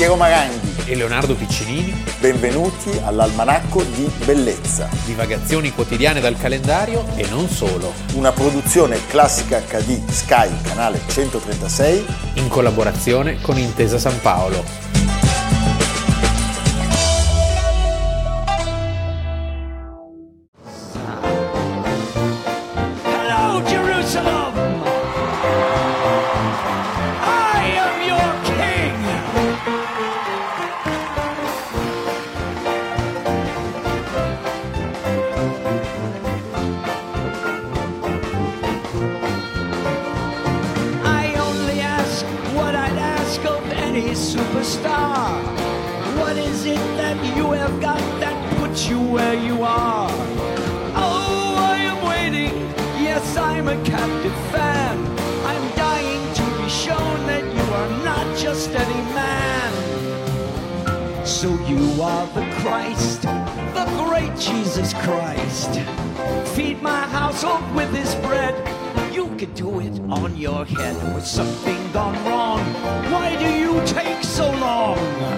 Piero Maranghi e Leonardo Piccinini. Benvenuti all'Almanacco di Bellezza. Divagazioni quotidiane dal calendario e non solo. Una produzione Classica HD Sky, canale 136, in collaborazione con Intesa San Paolo. Superstar, what is it that you have got that puts you where you are? Oh, I am waiting, yes, I'm a captive fan. I'm dying to be shown that you are not just any man. So you are the Christ, the great Jesus Christ. Feed my household with his bread. You could do it on your head. With something gone wrong, why do you take so long?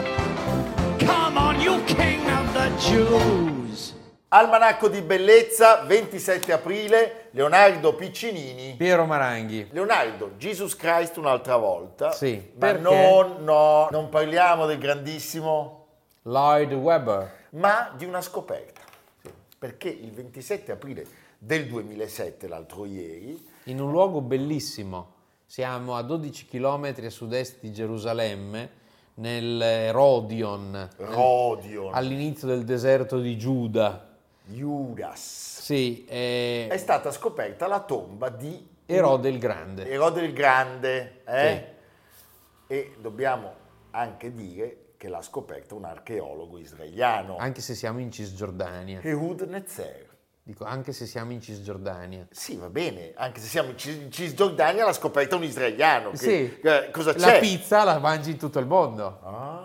Come on, you king of the Jews. Almanacco di Bellezza, 27 aprile, Leonardo Piccinini. Piero Maranghi. Leonardo, Jesus Christ un'altra volta. Sì, ma perché? non parliamo del grandissimo Lloyd Webber, ma di una scoperta. Sì, perché il 27 aprile del 2007, l'altro ieri, in un luogo bellissimo, siamo a 12 km a sud-est di Gerusalemme, nel Rodion, all'inizio del deserto di Giuda. Judas. Sì, è stata scoperta la tomba di Erode il Grande. Erode il Grande, Sì. E dobbiamo anche dire che l'ha scoperta un archeologo israeliano. Anche se siamo in Cisgiordania. Ehud Netzer. Dico, anche se siamo in Cisgiordania. Sì, va bene, anche se siamo in Cisgiordania l'ha scoperta un israeliano. Che, sì, cosa c'è? La pizza la mangi in tutto il mondo.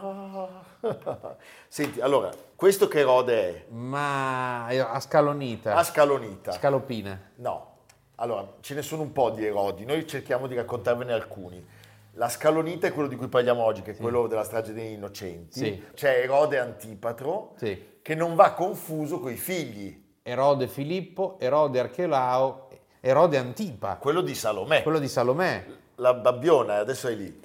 Ah. Senti, allora, questo che Erode è? Ma Ascalonita. Ascalonita. Scalopina. No, allora, ce ne sono un po' di Erodi, noi cerchiamo di raccontarvene alcuni. La Scalonita è quello di cui parliamo oggi, che è quello della strage degli innocenti. Sì. C'è Erode Antipatro, Sì. che non va confuso coi figli. Erode Filippo, Erode Archelao, Erode Antipa. Quello di Salomè. Quello di Salomè. La babbiona, adesso è lì.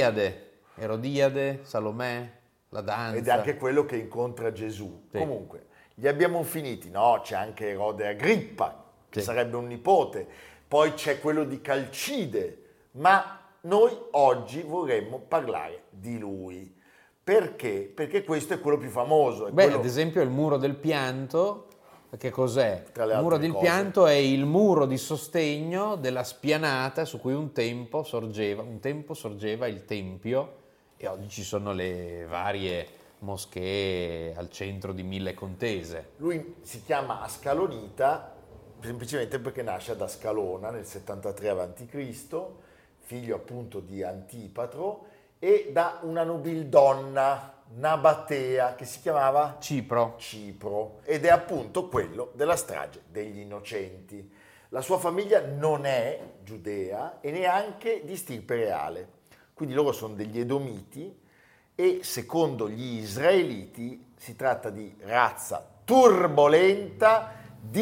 Erodiade, Salomè, la danza. Ed è anche quello che incontra Gesù. Sì. Comunque, li abbiamo finiti. No, c'è anche Erode Agrippa, che sì. sarebbe un nipote. Poi c'è quello di Calcide. Ma noi oggi vorremmo parlare di lui. Perché? Perché questo è quello più famoso. Ad esempio il muro del pianto. Che cos'è? Il muro del pianto è il muro di sostegno della spianata su cui un tempo sorgeva il Tempio, e oggi ci sono le varie moschee al centro di Mille Contese. Lui si chiama Ascalonita semplicemente perché nasce ad Ascalona nel 73 a.C., figlio appunto di Antipatro, e da una nobildonna nabatea che si chiamava Cipro, ed è appunto quello della strage degli innocenti. La sua famiglia non è giudea e neanche di stirpe reale, quindi loro sono degli edomiti e secondo gli israeliti si tratta di razza turbolenta,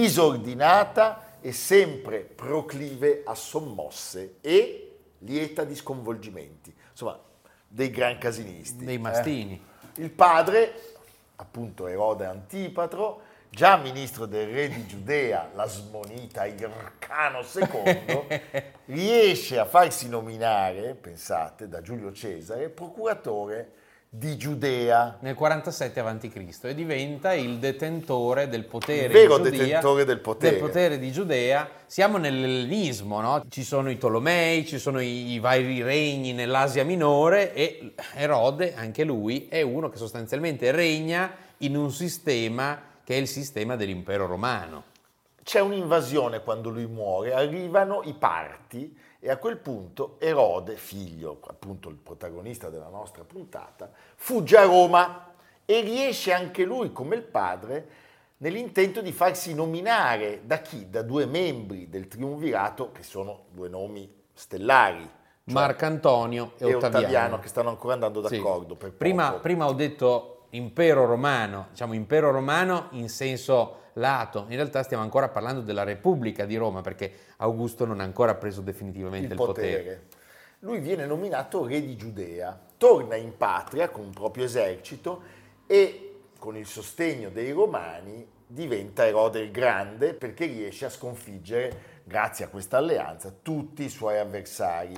disordinata e sempre proclive a sommosse e lieta di sconvolgimenti, insomma dei gran casinisti. Dei mastini. Il padre, appunto Erode Antipatro, già ministro del re di Giudea, la smonita Ircano II, riesce a farsi nominare, pensate, da Giulio Cesare, procuratore di Giudea. Nel 47 a.C. e diventa il detentore del potere. Il vero in Giudea, detentore del potere. Del potere di Giudea. Siamo nell'ellenismo, no? Ci sono i Tolomei, ci sono i vari regni nell'Asia minore e Erode, anche lui, è uno che sostanzialmente regna in un sistema che è il sistema dell'impero romano. C'è un'invasione quando lui muore, arrivano i Parti e a quel punto Erode, figlio, appunto il protagonista della nostra puntata, fugge a Roma e riesce anche lui, come il padre, nell'intento di farsi nominare da chi? Da due membri del triumvirato, che sono due nomi stellari, Marcantonio e Ottaviano, che stanno ancora andando d'accordo. Sì. Per prima ho detto impero romano, diciamo impero romano in senso lato, in realtà stiamo ancora parlando della Repubblica di Roma, perché Augusto non ha ancora preso definitivamente il potere. Lui viene nominato re di Giudea, torna in patria con un proprio esercito e con il sostegno dei Romani diventa Erode il Grande, perché riesce a sconfiggere, grazie a questa alleanza, tutti i suoi avversari.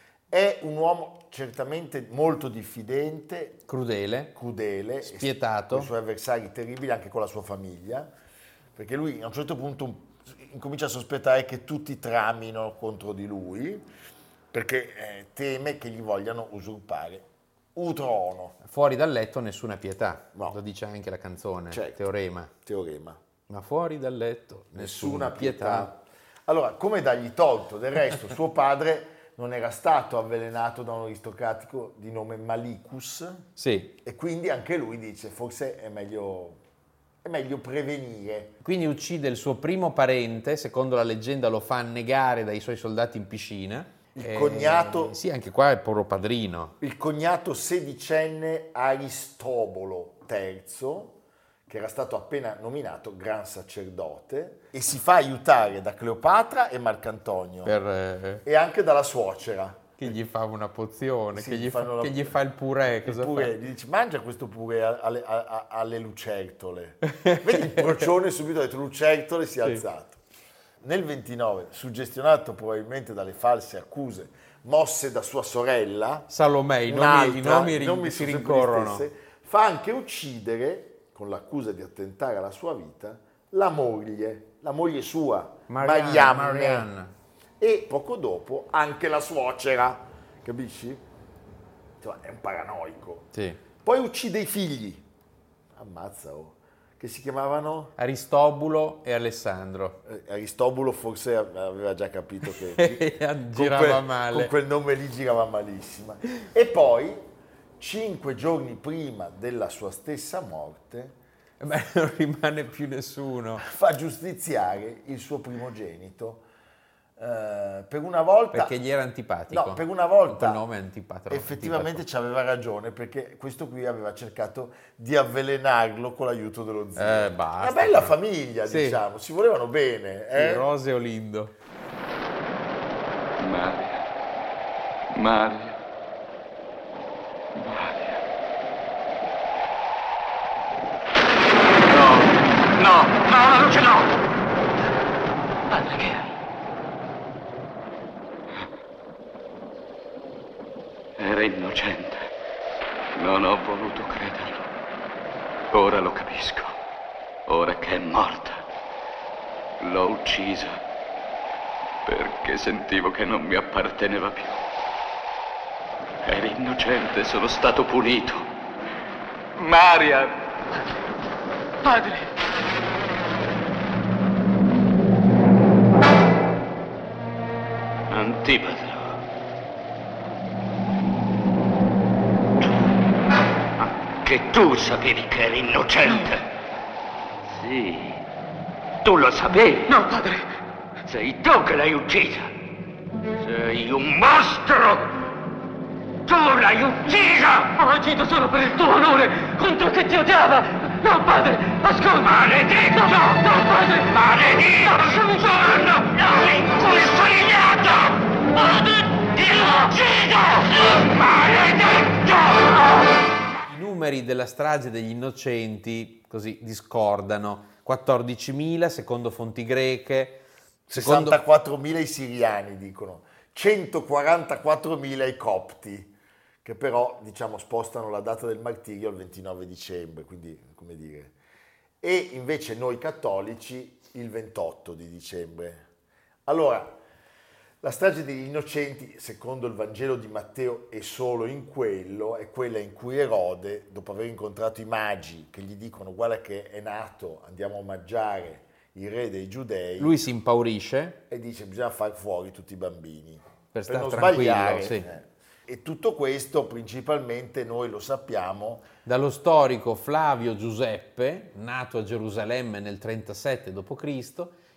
È un uomo certamente molto diffidente, crudele, spietato, con i suoi avversari terribili, anche con la sua famiglia, perché lui a un certo punto incomincia a sospettare che tutti tramino contro di lui, perché teme che gli vogliano usurpare un trono. Fuori dal letto nessuna pietà, no. Lo dice anche la canzone, certo. Teorema. Ma fuori dal letto nessuna pietà. Allora, come dargli torto? Del resto, suo padre non era stato avvelenato da un aristocratico di nome Malicus, sì. E quindi anche lui dice forse è meglio prevenire. Quindi uccide il suo primo parente, secondo la leggenda lo fa annegare dai suoi soldati in piscina. Il cognato... Sì, anche qua è il puro padrino. Il cognato sedicenne Aristobolo III, che era stato appena nominato gran sacerdote, e si fa aiutare da Cleopatra e Marcantonio e anche dalla suocera. Che gli fa una pozione, sì, che gli fa il purè. Cosa fa? Gli dice mangia questo purè alle lucertole. Vedi il procione subito ha detto lucertole, si è alzato. Nel 29, suggestionato probabilmente dalle false accuse mosse da sua sorella, Salomè, i nomi si rincorrono, fa anche uccidere, con l'accusa di attentare alla sua vita, la moglie sua, Marianne. E poco dopo anche la suocera, capisci? Cioè, è un paranoico. Sì. Poi uccide i figli, ammazza, che si chiamavano? Aristobulo e Alessandro. Aristobulo forse aveva già capito che girava male. Con quel nome lì girava malissimo. E poi, 5 giorni prima della sua stessa morte, non rimane più nessuno, fa giustiziare il suo primogenito. Per una volta, perché gli era antipatico. No, per una volta quel nome è antipatico. Effettivamente ci aveva ragione, perché questo qui aveva cercato di avvelenarlo con l'aiuto dello zio. Basta. Una bella famiglia, sì. Diciamo, si volevano bene. Sì, Rose e Olindo. Maria. No, la luce no! Padre, che hai? Era innocente. Non ho voluto crederlo. Ora lo capisco. Ora che è morta. L'ho uccisa perché sentivo che non mi apparteneva più. Era innocente, sono stato punito. Maria! Padre! Antipatro. Anche tu sapevi che eri innocente. Sì. Tu lo sapevi? No, padre. Sei tu che l'hai uccisa. Sei un mostro. Tu l'hai uccisa! Ho agito solo per il tuo onore, contro che ti odiava! No, padre, ascolta! Maledetto! No, padre! Maledetto! L'hai inconsigliato! Ti uccido! Maledetto! I numeri della strage degli innocenti così discordano. 14.000 secondo fonti greche. 64.000 i siriani dicono. 144.000 i copti, che però diciamo spostano la data del martirio al 29 dicembre, quindi come dire, e invece noi cattolici il 28 di dicembre. Allora, la strage degli innocenti, secondo il Vangelo di Matteo e solo in quello, è quella in cui Erode, dopo aver incontrato i magi che gli dicono guarda che è nato, andiamo a omaggiare il re dei giudei, lui si impaurisce e dice bisogna far fuori tutti i bambini per stare non tranquillo, sbagliare. sì. E tutto questo principalmente noi lo sappiamo dallo storico Flavio Giuseppe, nato a Gerusalemme nel 37 d.C.,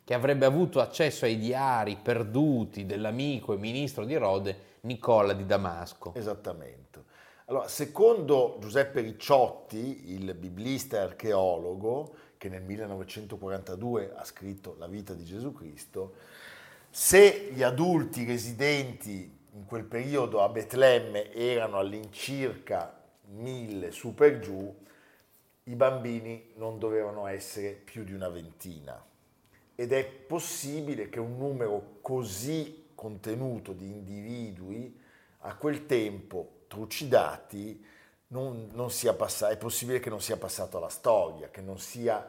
che avrebbe avuto accesso ai diari perduti dell'amico e ministro di Erode Nicola di Damasco. Esattamente. Allora, secondo Giuseppe Ricciotti, il biblista e archeologo, che nel 1942 ha scritto La vita di Gesù Cristo, se gli adulti residenti in quel periodo a Betlemme erano all'incirca 1000 su per giù, i bambini non dovevano essere più di una ventina. Ed è possibile che un numero così contenuto di individui a quel tempo trucidati non sia passato, è possibile che non sia passato alla storia, che non sia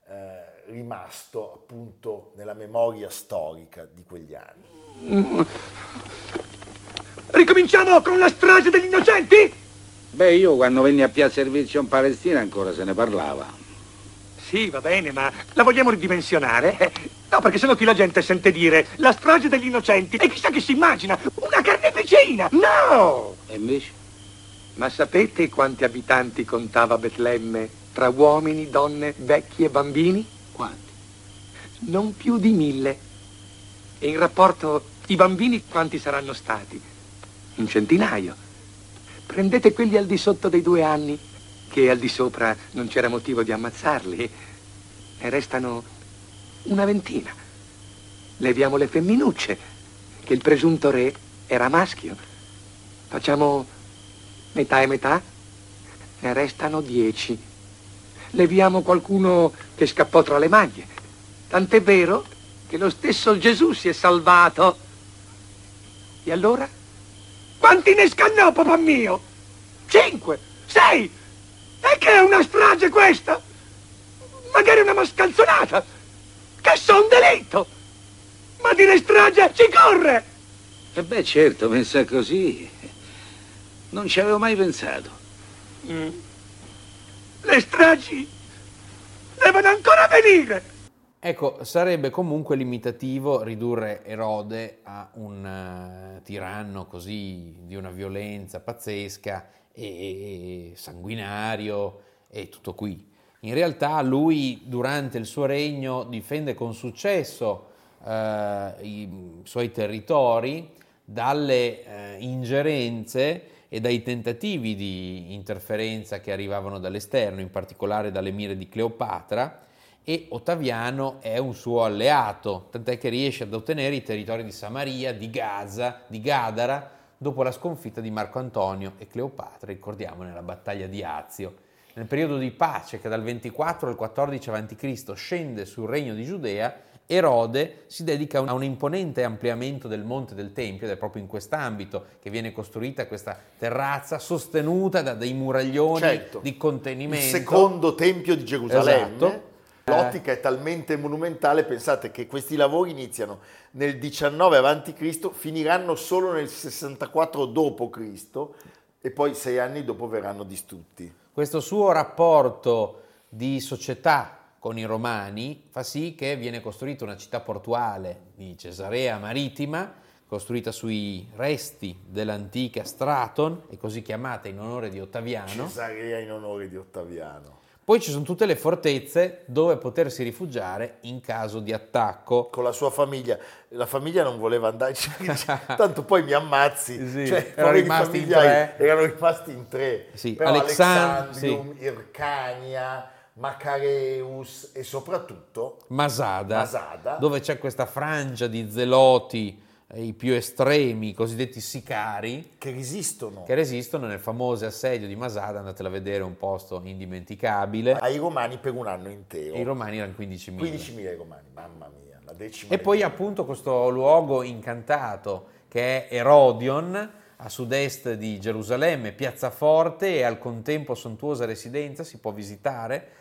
rimasto appunto nella memoria storica di quegli anni. Ricominciamo con la strage degli innocenti? Beh, io quando venni a Piazza Servizio in Palestina ancora se ne parlava. Sì, va bene, ma la vogliamo ridimensionare? No, perché sennò qui la gente sente dire la strage degli innocenti e chissà che si immagina, una carneficina! No! E invece? Ma sapete quanti abitanti contava Betlemme tra uomini, donne, vecchi e bambini? Quanti? Non più di 1000. E in rapporto i bambini quanti saranno stati? Un centinaio. Prendete quelli al di sotto dei 2 anni, che al di sopra non c'era motivo di ammazzarli, e restano una ventina. Leviamo le femminucce, che il presunto re era maschio. Facciamo metà e metà, ne restano 10. Leviamo qualcuno che scappò tra le maglie. Tant'è vero che lo stesso Gesù si è salvato. E allora? Quanti ne scannò, papà mio? 5, 6. E che è una strage questa? Magari una mascalzonata. Che son delitto. Ma dire strage ci corre. E beh, certo, pensa così. Non ci avevo mai pensato. Le stragi devono ancora venire. Ecco, sarebbe comunque limitativo ridurre Erode a un tiranno così di una violenza pazzesca e sanguinario e tutto qui. In realtà lui durante il suo regno difende con successo i suoi territori dalle ingerenze e dai tentativi di interferenza che arrivavano dall'esterno, in particolare dalle mire di Cleopatra, e Ottaviano è un suo alleato, tant'è che riesce ad ottenere i territori di Samaria, di Gaza, di Gadara, dopo la sconfitta di Marco Antonio e Cleopatra, ricordiamo, nella battaglia di Azio. Nel periodo di pace che dal 24 al 14 a.C. scende sul regno di Giudea, Erode si dedica a un imponente ampliamento del Monte del Tempio, ed è proprio in quest'ambito che viene costruita questa terrazza sostenuta da dei muraglioni di contenimento. Il secondo Tempio di Gerusalemme. Esatto. L'ottica è talmente monumentale, pensate che questi lavori iniziano nel 19 a.C., finiranno solo nel 64 d.C. e poi 6 anni dopo verranno distrutti. Questo suo rapporto di società con i Romani fa sì che viene costruita una città portuale di Cesarea Marittima, costruita sui resti dell'antica Straton, e così chiamata in onore di Ottaviano. Cesarea in onore di Ottaviano. Poi ci sono tutte le fortezze dove potersi rifugiare in caso di attacco. Con la sua famiglia. La famiglia non voleva andare, tanto poi mi ammazzi. Sì, cioè, erano rimasti in 3. Erano rimasti in 3. Sì, però Alexandrium, sì. Ircania, Macareus e soprattutto Masada, dove c'è questa frangia di zeloti, i più estremi, i cosiddetti sicari, che resistono nel famoso assedio di Masada. Andatela a vedere, un posto indimenticabile. Ai Romani per un anno intero. E i Romani erano 15.000. 15.000 Romani, mamma mia, la decima. E poi appunto questo luogo incantato che è Erodion, a sud-est di Gerusalemme, piazzaforte e al contempo sontuosa residenza, si può visitare.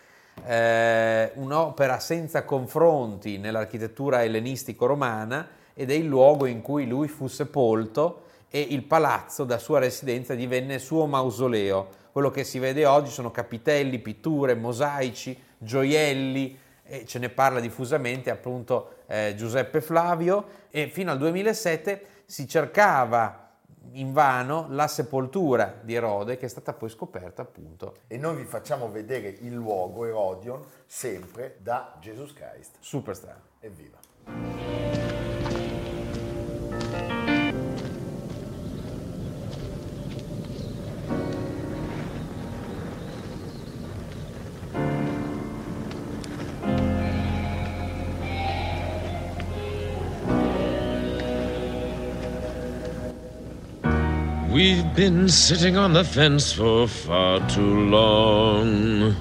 Un'opera senza confronti nell'architettura ellenistico-romana, ed è il luogo in cui lui fu sepolto, e il palazzo da sua residenza divenne suo mausoleo. Quello che si vede oggi sono capitelli, pitture, mosaici, gioielli, e ce ne parla diffusamente appunto Giuseppe Flavio, e fino al 2007 si cercava invano la sepoltura di Erode, che è stata poi scoperta appunto. E noi vi facciamo vedere il luogo Erodion sempre da Jesus Christ Superstar. Evviva! We've been sitting on the fence for far too long.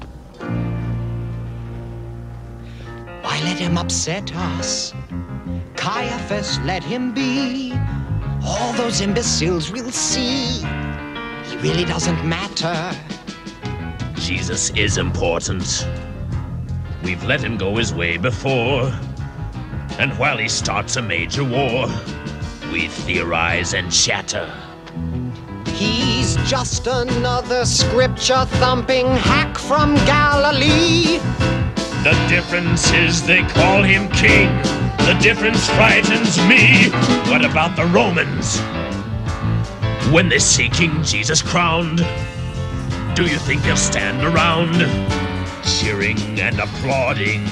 Why let him upset us? Caiaphas, let him be. All those imbeciles will see. He really doesn't matter. Jesus is important. We've let him go his way before. And while he starts a major war, we theorize and chatter. He's just another scripture-thumping hack from Galilee. The difference is they call him king. The difference frightens me. What about the Romans? When they see King Jesus crowned, do you think they'll stand around cheering and applauding?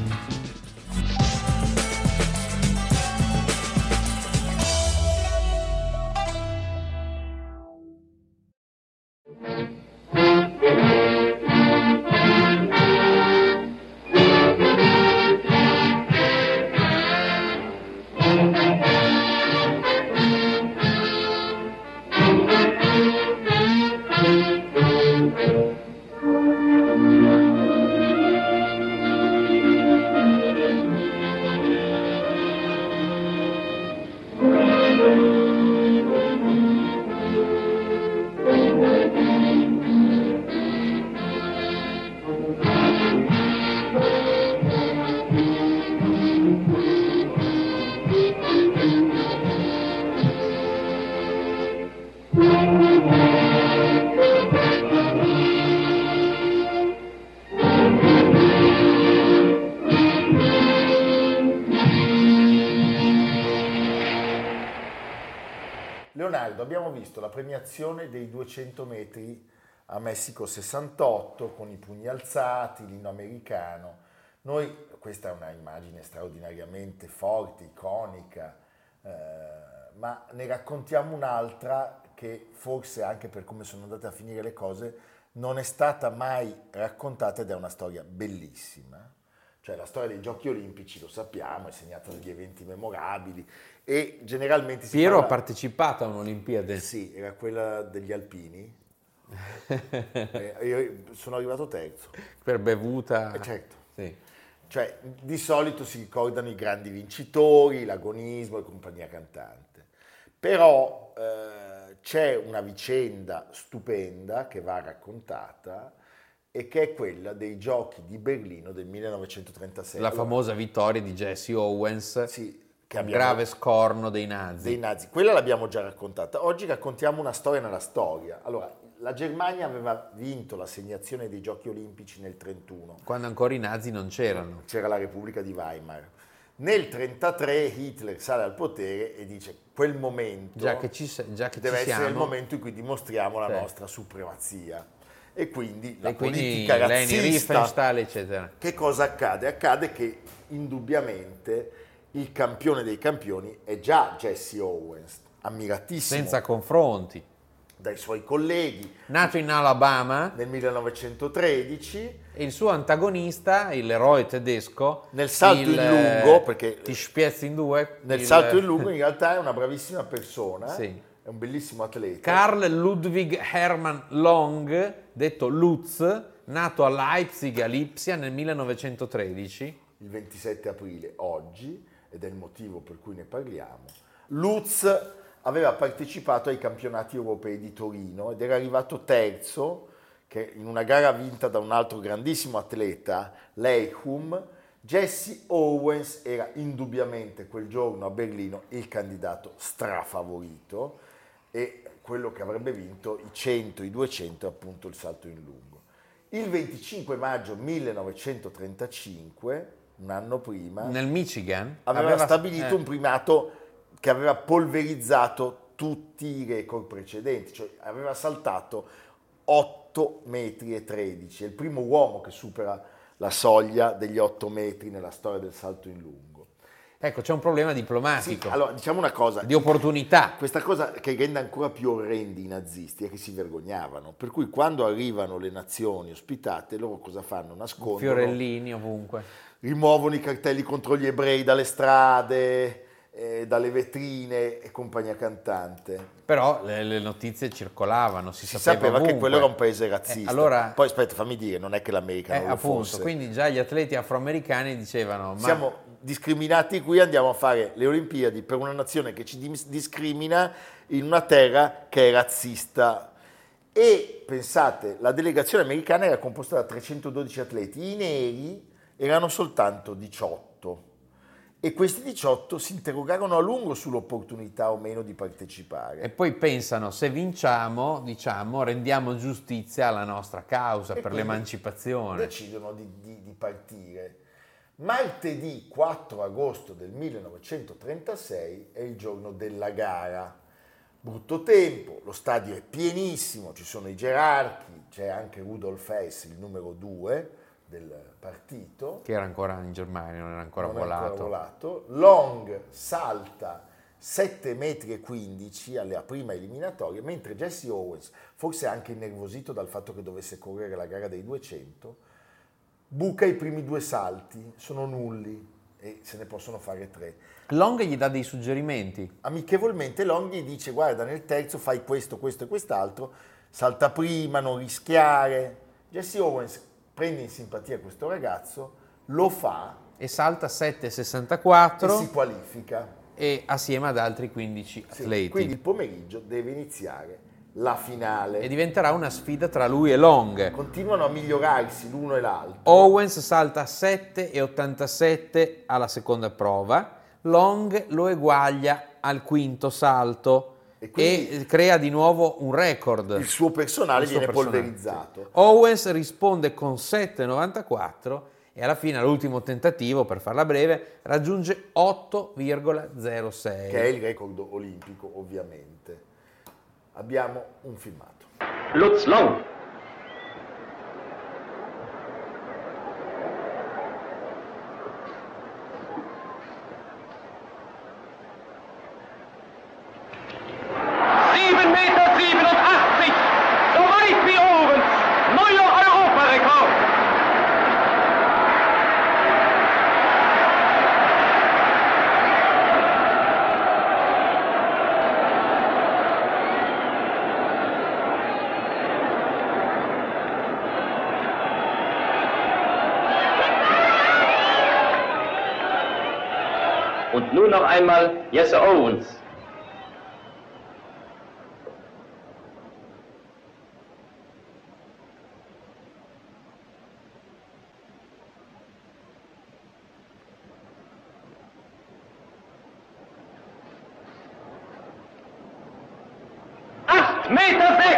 Leonardo, abbiamo visto la premiazione dei 200 metri a Messico 68 con i pugni alzati, l'inno americano. Questa è una immagine straordinariamente forte, iconica, ma ne raccontiamo un'altra che forse, anche per come sono andate a finire le cose, non è stata mai raccontata ed è una storia bellissima. Cioè la storia dei Giochi Olimpici, lo sappiamo, è segnata dagli eventi memorabili e generalmente Piero ha partecipato a un'Olimpiade. Sì, era quella degli alpini. Io sono arrivato terzo. Per bevuta. Certo. Sì. Cioè, di solito si ricordano i grandi vincitori, l'agonismo e compagnia cantante. Però c'è una vicenda stupenda che va raccontata e che è quella dei Giochi di Berlino del 1936. La famosa vittoria di Jesse Owens, sì, grave scorno dei nazi. Quella l'abbiamo già raccontata. Oggi raccontiamo una storia nella storia. Allora, la Germania aveva vinto l'assegnazione dei Giochi Olimpici nel 1931. Quando ancora i nazi non c'erano. C'era la Repubblica di Weimar. Nel 1933 Hitler sale al potere e dice quel momento già che deve essere il momento in cui dimostriamo la nostra supremazia. E quindi la politica razzista, Leni Riefenstahl, eccetera. Che cosa accade? Accade che indubbiamente il campione dei campioni è già Jesse Owens, ammiratissimo. Senza confronti. Dai suoi colleghi. Nato in Alabama. Nel 1913. E il suo antagonista, l'eroe tedesco. Nel salto in lungo, perché ti spiezzi in due. Nel salto in lungo in realtà è una bravissima persona. Sì. È un bellissimo atleta. Karl Ludwig Hermann Long, detto Lutz, nato a Leipzig a Lipsia nel 1913. Il 27 aprile oggi, ed è il motivo per cui ne parliamo. Lutz aveva partecipato ai campionati europei di Torino ed era arrivato terzo, che in una gara vinta da un altro grandissimo atleta, Leichum. Jesse Owens era indubbiamente quel giorno a Berlino il candidato strafavorito e quello che avrebbe vinto i 100, i 200 e appunto il salto in lungo. Il 25 maggio 1935, un anno prima, nel Michigan, aveva stabilito un primato che aveva polverizzato tutti i record precedenti, cioè aveva saltato 8 metri e 13, è il primo uomo che supera la soglia degli 8 metri nella storia del salto in lungo. Ecco, c'è un problema diplomatico. Sì, allora diciamo una cosa. Di opportunità. Questa cosa che rende ancora più orrendi i nazisti è che si vergognavano. Per cui quando arrivano le nazioni ospitate, loro cosa fanno? Nascondono. Fiorellini ovunque. Rimuovono i cartelli contro gli ebrei dalle strade, dalle vetrine e compagnia cantante. Però le notizie circolavano, si sapeva ovunque. che quello era un paese razzista. Allora, poi aspetta, fammi dire, non è che l'America non lo appunto, fosse. quindi già gli atleti afroamericani dicevano: ma siamo discriminati qui, andiamo a fare le Olimpiadi per una nazione che ci discrimina in una terra che è razzista. E pensate, la delegazione americana era composta da 312 atleti, i neri erano soltanto 18. E questi 18 si interrogarono a lungo sull'opportunità o meno di partecipare. E poi pensano, se vinciamo, diciamo, rendiamo giustizia alla nostra causa per l'emancipazione. Decidono di partire. Martedì 4 agosto del 1936 è il giorno della gara. Brutto tempo, lo stadio è pienissimo, ci sono i gerarchi, c'è anche Rudolf Hess, il numero 2 del partito. Che era ancora in Germania, non era ancora volato. Long salta 7,15 metri alla prima eliminatoria, mentre Jesse Owens, forse anche innervosito dal fatto che dovesse correre la gara dei 200, buca i primi 2 salti, sono nulli e se ne possono fare 3. Long gli dà dei suggerimenti. Amichevolmente Long gli dice: guarda, nel terzo fai questo, questo e quest'altro, salta prima, non rischiare. Jesse Owens prende in simpatia questo ragazzo, lo fa e salta 7,64 e si qualifica. E assieme ad altri 15 atleti. Quindi il pomeriggio deve iniziare la finale. E diventerà una sfida tra lui e Long. Continuano a migliorarsi l'uno e l'altro. Owens salta 7,87 alla seconda prova, Long lo eguaglia al quinto salto e crea di nuovo un record. Il suo personale viene polverizzato. Owens risponde con 7,94 e alla fine, all'ultimo tentativo, per farla breve, raggiunge 8,06. Che è il record olimpico, ovviamente. Abbiamo un filmato. Lutz Long. Und nun noch einmal Jesse Owens. Meter 6!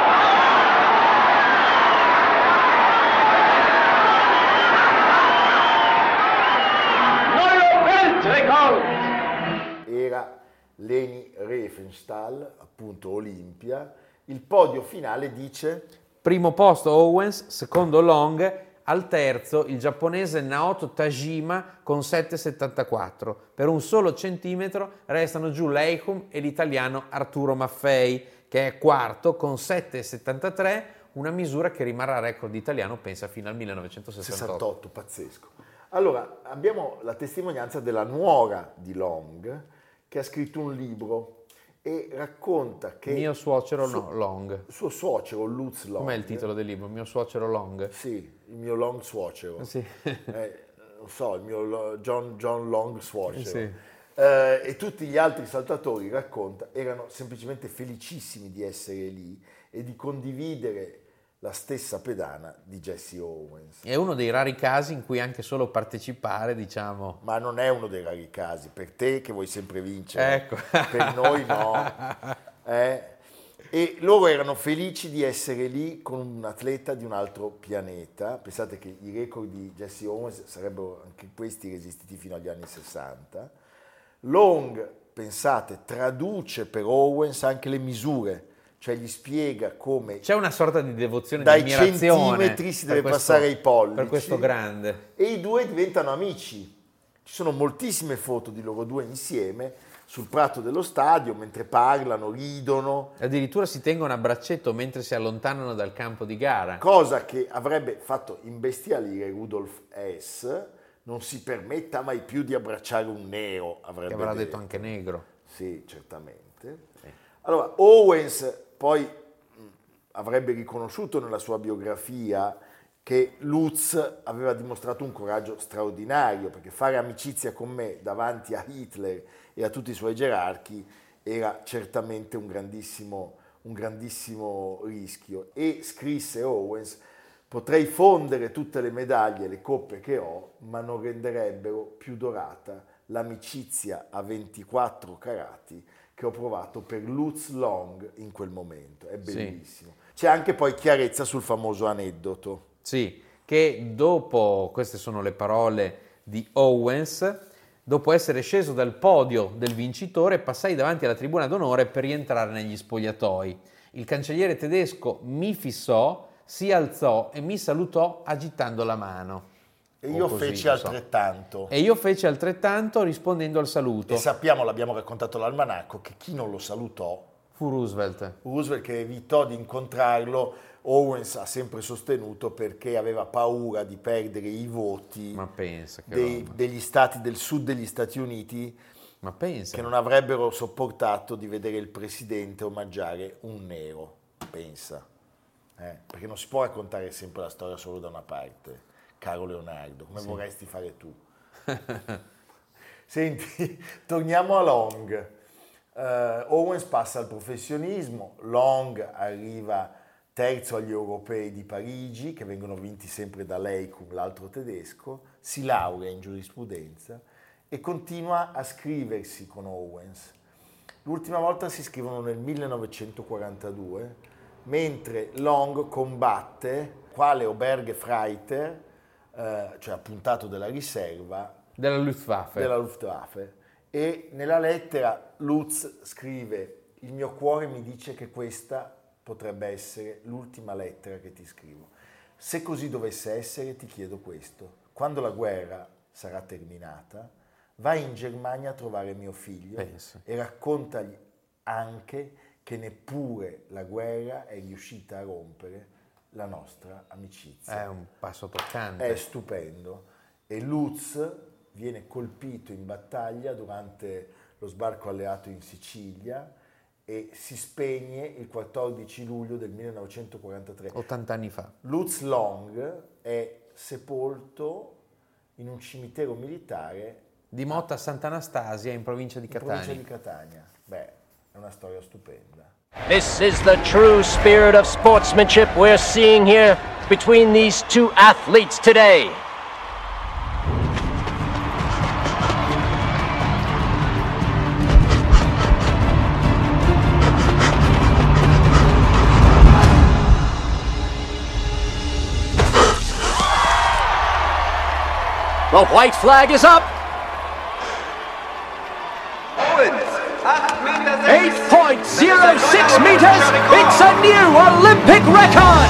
Era Leni Riefenstahl, appunto Olimpia. Il podio finale dice: primo posto Owens, secondo Long, al terzo il giapponese Naoto Tajima con 7,74. Per un solo centimetro restano giù Leihum e l'italiano Arturo Maffei, che è quarto con 7,73, una misura che rimarrà record italiano, pensa, fino al 1968. Pazzesco. Allora, abbiamo la testimonianza della nuora di Long, che ha scritto un libro e racconta che... Mio suocero Long. Suo suocero, Lutz Long. Com'è il titolo del libro? Mio suocero Long? Sì, il mio Long suocero. Sì. Non so, il mio John Long suocero. Sì. E tutti gli altri saltatori, racconta, erano semplicemente felicissimi di essere lì e di condividere la stessa pedana di Jesse Owens. È uno dei rari casi in cui anche solo partecipare, diciamo... Ma non è uno dei rari casi, per te che vuoi sempre vincere, ecco. Per noi no. E loro erano felici di essere lì con un atleta di un altro pianeta. Pensate che i record di Jesse Owens sarebbero anche questi resistiti fino agli anni 60. Long, pensate, traduce per Owens anche le misure, cioè gli spiega come... C'è una sorta di devozione, dai di ammirazione. centimetri si deve passare ai pollici. Per questo grande. E i due diventano amici. Ci sono moltissime foto di loro due insieme sul prato dello stadio, mentre parlano, ridono. Addirittura si tengono a braccetto mentre si allontanano dal campo di gara. Cosa che avrebbe fatto imbestialire Rudolf Hess. Non si permetta mai più di abbracciare un nero, avrebbe che avrà detto anche negro. Sì, certamente. Allora, Owens poi avrebbe riconosciuto nella sua biografia che Lutz aveva dimostrato un coraggio straordinario, perché fare amicizia con me davanti a Hitler e a tutti i suoi gerarchi era certamente un grandissimo rischio. E scrisse Owens: potrei fondere tutte le medaglie e le coppe che ho, ma non renderebbero più dorata l'amicizia a 24 carati che ho provato per Lutz Long in quel momento. È bellissimo. Sì. C'è anche poi chiarezza sul famoso aneddoto. Sì, che dopo, queste sono le parole di Owens, dopo essere sceso dal podio del vincitore, passai davanti alla tribuna d'onore per rientrare negli spogliatoi. Il cancelliere tedesco mi fissò, si alzò e mi salutò agitando la mano. E io feci altrettanto. E io feci altrettanto rispondendo al saluto. E sappiamo, l'abbiamo raccontato l'almanacco, che chi non lo salutò fu Roosevelt. Roosevelt, che evitò di incontrarlo. Owens ha sempre sostenuto perché aveva paura di perdere i voti degli stati del sud degli Stati Uniti. Ma pensa. Che non avrebbero sopportato di vedere il presidente omaggiare un nero. Pensa. Perché non si può raccontare sempre la storia solo da una parte, caro Leonardo, come vorresti fare tu. Senti, torniamo a Long. Owens passa al professionismo, Long arriva terzo agli europei di Parigi, che vengono vinti sempre da Leikum, l'altro tedesco, si laurea in giurisprudenza e continua a scriversi con Owens. L'ultima volta si scrivono nel 1942, mentre Long combatte quale Obergefreiter, cioè appuntato della riserva della Luftwaffe. E nella lettera Lutz scrive: il mio cuore mi dice che questa potrebbe essere l'ultima lettera che ti scrivo. Se così dovesse essere, ti chiedo questo: quando la guerra sarà terminata, vai in Germania a trovare mio figlio e raccontagli anche che neppure la guerra è riuscita a rompere la nostra amicizia. È un passo toccante. È stupendo. E Lutz viene colpito in battaglia durante lo sbarco alleato in Sicilia e si spegne il 14 luglio del 1943. 80 anni fa. Lutz Long è sepolto in un cimitero militare di Motta Sant'Anastasia in provincia di Catania. Beh, è una storia stupenda. This is the true spirit of sportsmanship we're seeing here between these two athletes today. The white flag is up. 8.06 meters. It's a new Olympic record.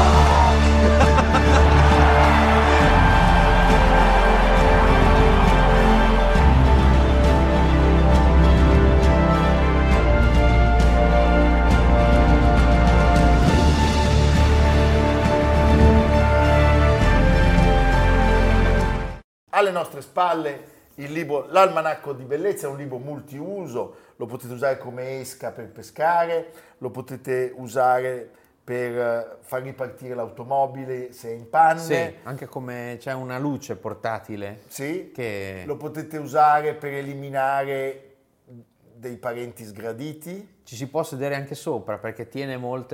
Alle nostre spalle il libro L'Almanacco di Bellezza, è un libro multiuso, lo potete usare come esca per pescare, lo potete usare per far ripartire l'automobile se è in panne. Sì, anche come c'è una luce portatile. Sì, che lo potete usare per eliminare dei parenti sgraditi. Ci si può sedere anche sopra perché tiene molto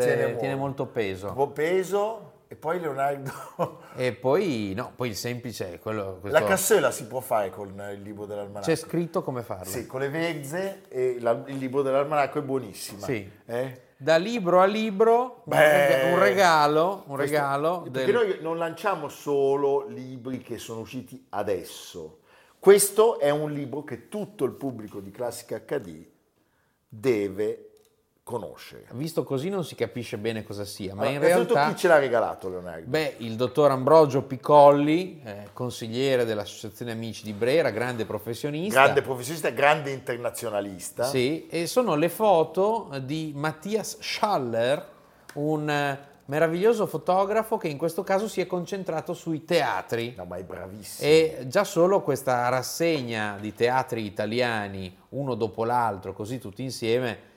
peso. E poi Leonardo... E poi, no, poi il semplice è quello... La cassola si può fare con il libro dell'almanacco. C'è scritto come farlo. Sì, con le verze, e il libro dell'almanacco è buonissima. Sì. Da libro a libro, un regalo. Perché noi non lanciamo solo libri che sono usciti adesso. Questo è un libro che tutto il pubblico di Classica HD deve conoscere. Visto così non si capisce bene cosa sia, ma Allora, in realtà... chi ce l'ha regalato, Leonardo? Beh, il dottor Ambrogio Picolli, consigliere dell'Associazione Amici di Brera, grande professionista, grande internazionalista. Sì, e sono le foto di Matthias Schaller, un meraviglioso fotografo che in questo caso si è concentrato sui teatri. No, ma è bravissimo. E già solo questa rassegna di teatri italiani, uno dopo l'altro, così tutti insieme,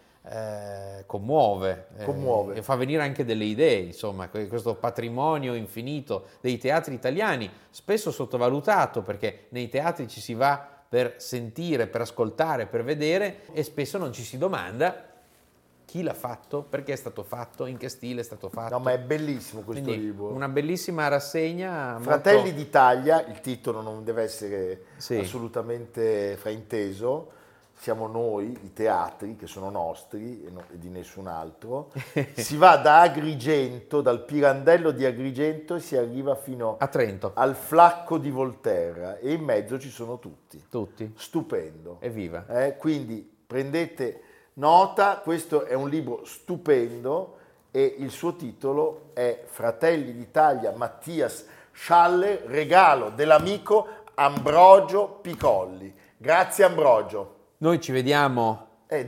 commuove e fa venire anche delle idee, insomma, questo patrimonio infinito dei teatri italiani, spesso sottovalutato, perché nei teatri ci si va per sentire, per ascoltare, per vedere, e spesso non ci si domanda chi l'ha fatto, perché è stato fatto, in che stile è stato fatto. No, ma è bellissimo questo Quindi, libro. una bellissima rassegna. Fratelli d'Italia, il titolo non deve essere assolutamente frainteso. Siamo noi, i teatri, che sono nostri e di nessun altro. Si va da Agrigento, dal Pirandello di Agrigento, e si arriva fino a Trento, al Flacco di Volterra, e in mezzo ci sono tutti. Stupendo. Evviva. Quindi prendete nota, questo è un libro stupendo e il suo titolo è Fratelli d'Italia, Matthias Schaller, regalo dell'amico Ambrogio Picolli. Grazie Ambrogio. Noi ci vediamo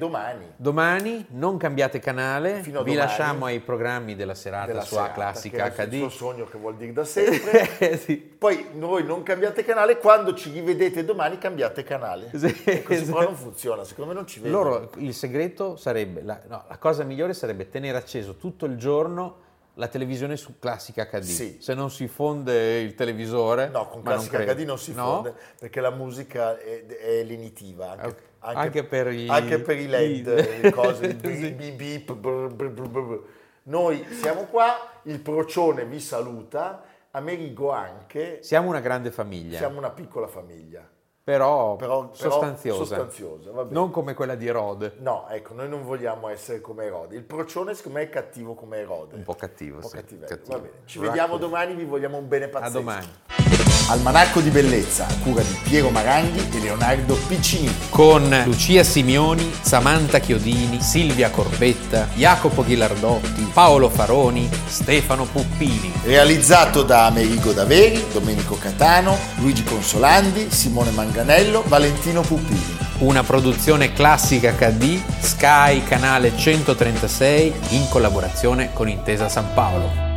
domani, non cambiate canale, vi domani. Lasciamo ai programmi della serata su A Classica HD. È il suo sogno, che vuol dire da sempre. Sì. Poi voi non cambiate canale, quando ci rivedete domani cambiate canale. Così però non funziona, secondo me non ci vedono. Il segreto sarebbe, la cosa migliore sarebbe tenere acceso tutto il giorno la televisione su Classica HD. Sì. Se non si fonde il televisore... No, con Classica HD non si fonde, perché la musica è lenitiva. Anche per i LED, le cose, il beep, Noi siamo qua, il Procione vi saluta, Amerigo anche. Siamo una grande famiglia. Siamo una piccola famiglia. Però sostanziosa, va bene. Non come quella di Erode. No, ecco, noi non vogliamo essere come Erode. Il Procione secondo me è cattivo come Erode. Un po' cattivo, cattivo. Va bene. Ci vediamo domani, vi vogliamo un bene pazzesco. A domani. Almanacco di bellezza, a cura di Piero Maranghi e Leonardo Piccini. Con Lucia Simioni, Samantha Chiodini, Silvia Corbetta, Jacopo Ghilardotti, Paolo Faroni, Stefano Puppini. Realizzato da Amerigo Daveri, Domenico Catano, Luigi Consolandi, Simone Manganello, Valentino Puppini. Una produzione Classica HD, Sky, canale 136, in collaborazione con Intesa San Paolo.